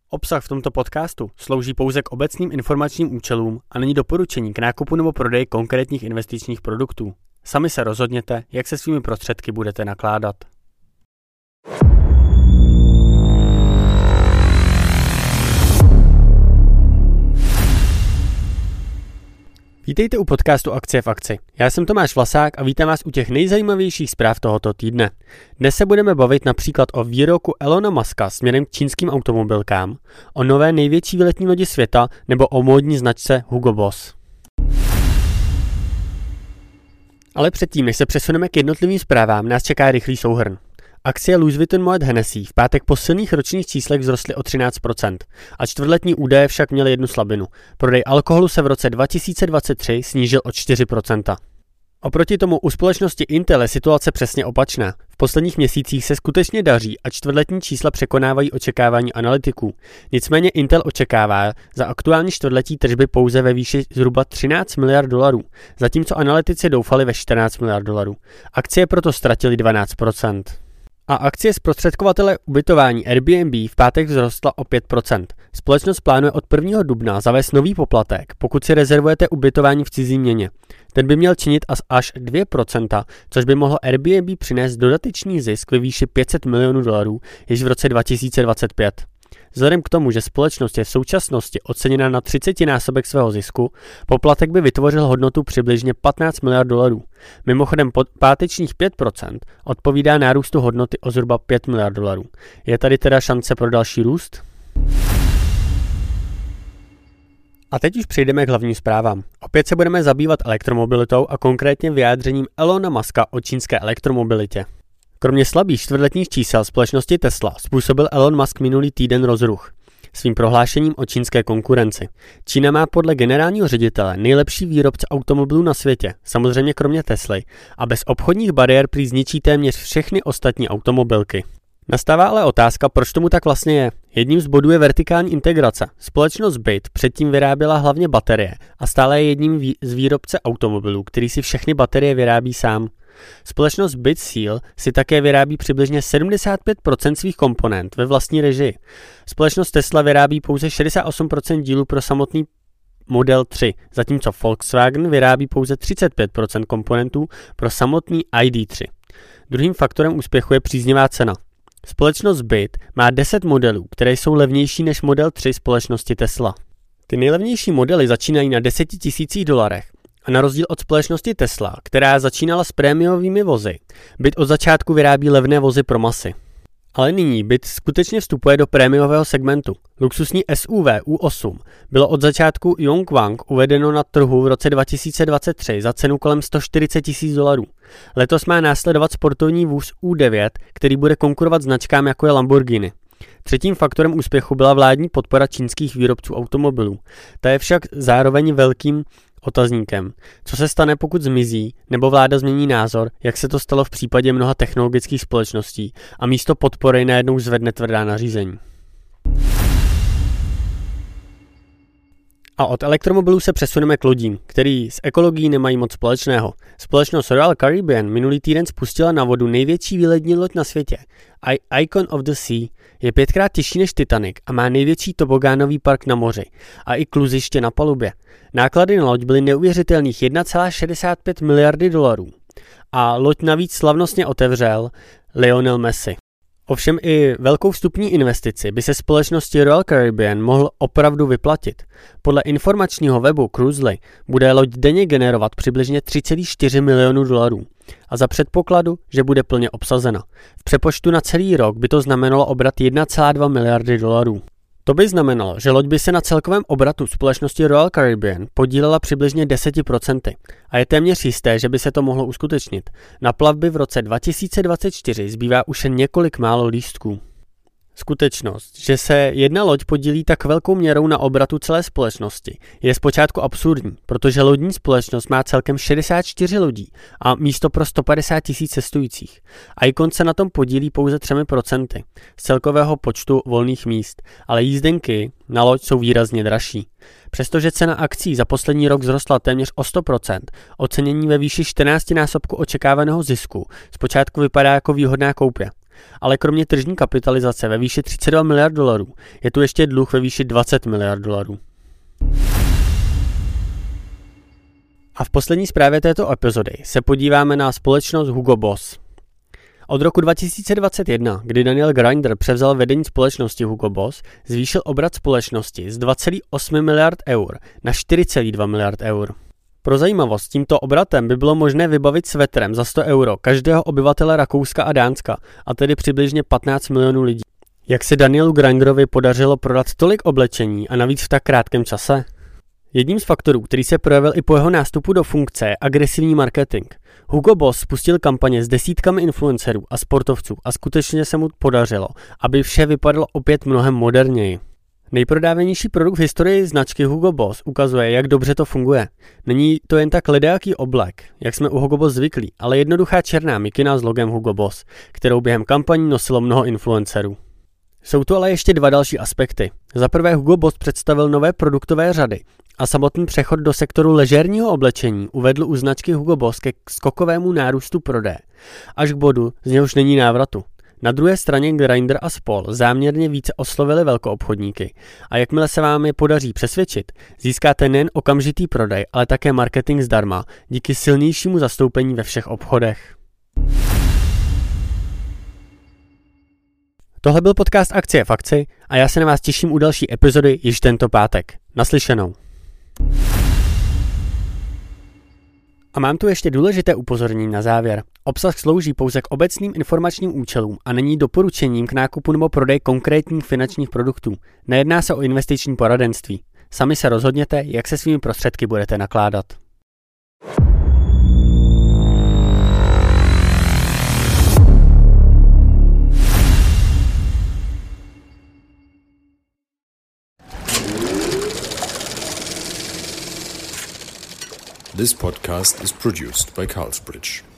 Obsah v tomto podcastu slouží pouze k obecným informačním účelům a není doporučení k nákupu nebo prodeji konkrétních investičních produktů. Sami se rozhodněte, jak se svými prostředky budete nakládat. Vítejte u podcastu Akcie v akci. Já jsem Tomáš Vlasák a vítám vás u těch nejzajímavějších zpráv tohoto týdne. Dnes se budeme bavit například o výroku Elona Muska směrem k čínským automobilkám, o nové největší výletní lodi světa nebo o módní značce Hugo Boss. Ale předtím, než se přesuneme k jednotlivým zprávám, nás čeká rychlý souhrn. Akcie Louis Vuitton Moet Hennessy v pátek po silných ročních číslech vzrostly o 13%, a čtvrtletní údaje však měly jednu slabinu. Prodej alkoholu se v roce 2023 snížil o 4%. Oproti tomu u společnosti Intel je situace přesně opačná. V posledních měsících se skutečně daří a čtvrtletní čísla překonávají očekávání analytiků. Nicméně Intel očekává za aktuální čtvrtletí tržby pouze ve výši zhruba 13 miliard dolarů, zatímco analytici doufali ve 14 miliard dolarů. Akcie proto ztratily 12%. A akcie zprostředkovatele ubytování Airbnb v pátek vzrostla o 5%. Společnost plánuje od 1. dubna zavést nový poplatek, pokud si rezervujete ubytování v cizí měně. Ten by měl činit až 2%, což by mohlo Airbnb přinést dodatečný zisk ve výši 500 milionů dolarů již v roce 2025. Vzhledem k tomu, že společnost je v současnosti oceněna na 30násobek svého zisku, poplatek by vytvořil hodnotu přibližně 15 miliard dolarů. Mimochodem pátečních 5% odpovídá nárůstu hodnoty o zhruba 5 miliard dolarů. Je tady teda šance pro další růst? A teď už přejdeme k hlavním zprávám. Opět se budeme zabývat elektromobilitou a konkrétně vyjádřením Elona Muska o čínské elektromobilitě. Kromě slabých čtvrtletních čísel společnosti Tesla způsobil Elon Musk minulý týden rozruch svým prohlášením o čínské konkurenci. Čína má podle generálního ředitele nejlepší výrobce automobilů na světě, samozřejmě kromě Tesly, a bez obchodních bariér prý zničí téměř všechny ostatní automobilky. Nastává ale otázka, proč tomu tak vlastně je. Jedním z bodů je vertikální integrace. Společnost BYD předtím vyráběla hlavně baterie a stále je jedním z výrobce automobilů, který si všechny baterie vyrábí sám. Společnost BYD Seal si také vyrábí přibližně 75% svých komponent ve vlastní režii. Společnost Tesla vyrábí pouze 68% dílů pro samotný Model 3, zatímco Volkswagen vyrábí pouze 35% komponentů pro samotný ID3. Druhým faktorem úspěchu je příznivá cena. Společnost BYD má 10 modelů, které jsou levnější než Model 3 společnosti Tesla. Ty nejlevnější modely začínají na $10,000 a na rozdíl od společnosti Tesla, která začínala s prémiovými vozy, BYD od začátku vyrábí levné vozy pro masy. Ale nyní BYD skutečně vstupuje do prémiového segmentu. Luxusní SUV U8 bylo od začátku Yongguang uvedeno na trhu v roce 2023 za cenu kolem $140,000. Letos má následovat sportovní vůz U9, který bude konkurovat značkám jako je Lamborghini. Třetím faktorem úspěchu byla vládní podpora čínských výrobců automobilů. Ta je však zároveň velkým otazníkem. Co se stane, pokud zmizí, nebo vláda změní názor, jak se to stalo v případě mnoha technologických společností a místo podpory najednou zvedne tvrdá nařízení. A od elektromobilů se přesuneme k lodím, který s ekologií nemají moc společného. Společnost Royal Caribbean minulý týden spustila na vodu největší výletní loď na světě. Icon of the Sea je 5krát těžší než Titanic a má největší tobogánový park na moři a i kluziště na palubě. Náklady na loď byly neuvěřitelných 1,65 miliardy dolarů a loď navíc slavnostně otevřel Lionel Messi. Ovšem i velkou vstupní investici by se společnosti Royal Caribbean mohl opravdu vyplatit. Podle informačního webu Cruisely bude loď denně generovat přibližně 3,4 milionu dolarů a za předpokladu, že bude plně obsazena. V přepočtu na celý rok by to znamenalo obrat 1,2 miliardy dolarů. To by znamenalo, že loď by se na celkovém obratu společnosti Royal Caribbean podílela přibližně 10% a je téměř jisté, že by se to mohlo uskutečnit. Na plavby v roce 2024 zbývá už jen několik málo lístků. Skutečnost, že se jedna loď podílí tak velkou měrou na obratu celé společnosti, je zpočátku absurdní, protože lodní společnost má celkem 64 lodí a místo pro 150 000 cestujících. Icon se na tom podílí pouze 3% z celkového počtu volných míst, ale jízdenky na loď jsou výrazně dražší. Přestože cena akcí za poslední rok vzrostla téměř o 100%, ocenění ve výši 14násobku očekávaného zisku zpočátku vypadá jako výhodná koupě. Ale kromě tržní kapitalizace ve výši 32 miliard dolarů je tu ještě dluh ve výši 20 miliard dolarů. A v poslední zprávě této epizody se podíváme na společnost Hugo Boss. Od roku 2021, kdy Daniel Grinder převzal vedení společnosti Hugo Boss, zvýšil obrat společnosti z 2,8 miliard eur na 4,2 miliard eur. Pro zajímavost, tímto obratem by bylo možné vybavit svetrem za 100 euro každého obyvatele Rakouska a Dánska, a tedy přibližně 15 milionů lidí. Jak se Danielu Grinderovi podařilo prodat tolik oblečení a navíc v tak krátkém čase? Jedním z faktorů, který se projevil i po jeho nástupu do funkce, je agresivní marketing. Hugo Boss spustil kampaně s desítkami influencerů a sportovců a skutečně se mu podařilo, aby vše vypadalo opět mnohem moderněji. Nejprodávanější produkt v historii značky Hugo Boss ukazuje, jak dobře to funguje. Není to jen tak ledajaký oblek, jak jsme u Hugo Boss zvyklí, ale jednoduchá černá mikina s logem Hugo Boss, kterou během kampaní nosilo mnoho influencerů. Jsou tu ale ještě dva další aspekty. Za prvé Hugo Boss představil nové produktové řady a samotný přechod do sektoru ležérního oblečení uvedl u značky Hugo Boss ke skokovému nárůstu prodeje, až k bodu, z něhož není návratu. Na druhé straně Grinder a spol záměrně více oslovili velkoobchodníky a jakmile se vám je podaří přesvědčit, získáte nejen okamžitý prodej, ale také marketing zdarma díky silnějšímu zastoupení ve všech obchodech. Tohle byl podcast Akcie v akci a já se na vás těším u další epizody již tento pátek. Naslyšenou. A mám tu ještě důležité upozornění na závěr. Obsah slouží pouze k obecným informačním účelům a není doporučením k nákupu nebo prodeji konkrétních finančních produktů. Nejedná se o investiční poradenství. Sami se rozhodněte, jak se svými prostředky budete nakládat. This podcast is produced by Carlsbridge.